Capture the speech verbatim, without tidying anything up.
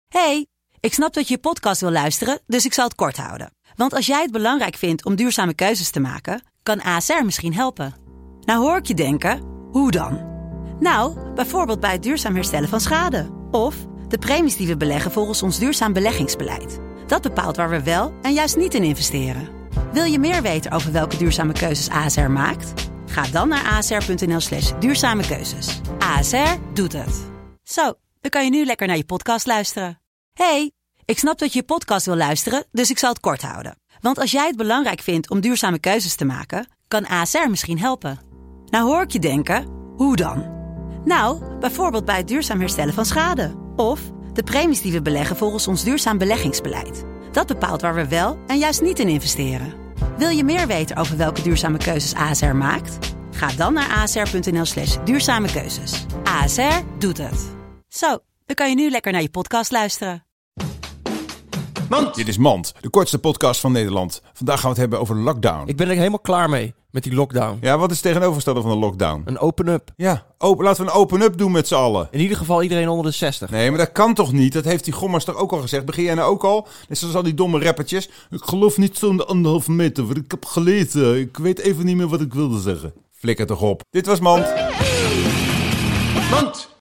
Hey, ik snap dat je je podcast wil luisteren, dus ik zal het kort houden. Want als jij het belangrijk vindt om duurzame keuzes te maken, kan A S R misschien helpen. Nou hoor ik je denken, hoe dan? Nou, bijvoorbeeld bij het duurzaam herstellen van schade. Of de premies die we beleggen volgens ons duurzaam beleggingsbeleid. Dat bepaalt waar we wel en juist niet in investeren. Wil je meer weten over welke duurzame keuzes A S R maakt? Ga dan naar asr.nl slash duurzame keuzes. A S R doet het. Zo, dan kan je nu lekker naar je podcast luisteren. Hey, ik snap dat je je podcast wil luisteren, dus ik zal het kort houden. Want als jij het belangrijk vindt om duurzame keuzes te maken, kan A S R misschien helpen. Nou hoor ik je denken, hoe dan? Nou, bijvoorbeeld bij het duurzaam herstellen van schade. Of de premies die we beleggen volgens ons duurzaam beleggingsbeleid. Dat bepaalt waar we wel en juist niet in investeren. Wil je meer weten over welke duurzame keuzes A S R maakt? Ga dan naar asr.nl slash duurzame keuzes. A S R doet het. Zo, dan kan je nu lekker naar je podcast luisteren. Mand. Dit is Mand, de kortste podcast van Nederland. Vandaag gaan we het hebben over lockdown. Ik ben er helemaal klaar mee, met die lockdown. Ja, wat is het tegenovergestelde van een lockdown? Een open-up. Ja, open, laten we een open-up doen met z'n allen. In ieder geval iedereen onder de zestig. Nee, maar dat kan toch niet? Dat heeft die gommers toch ook al gezegd? Begin jij nou ook al? Net zoals al die domme rappertjes. Ik geloof niet zo'n anderhalve meter, want ik heb gelezen. Ik weet even niet meer wat ik wilde zeggen. Flikker toch op. Dit was Mand. Mand.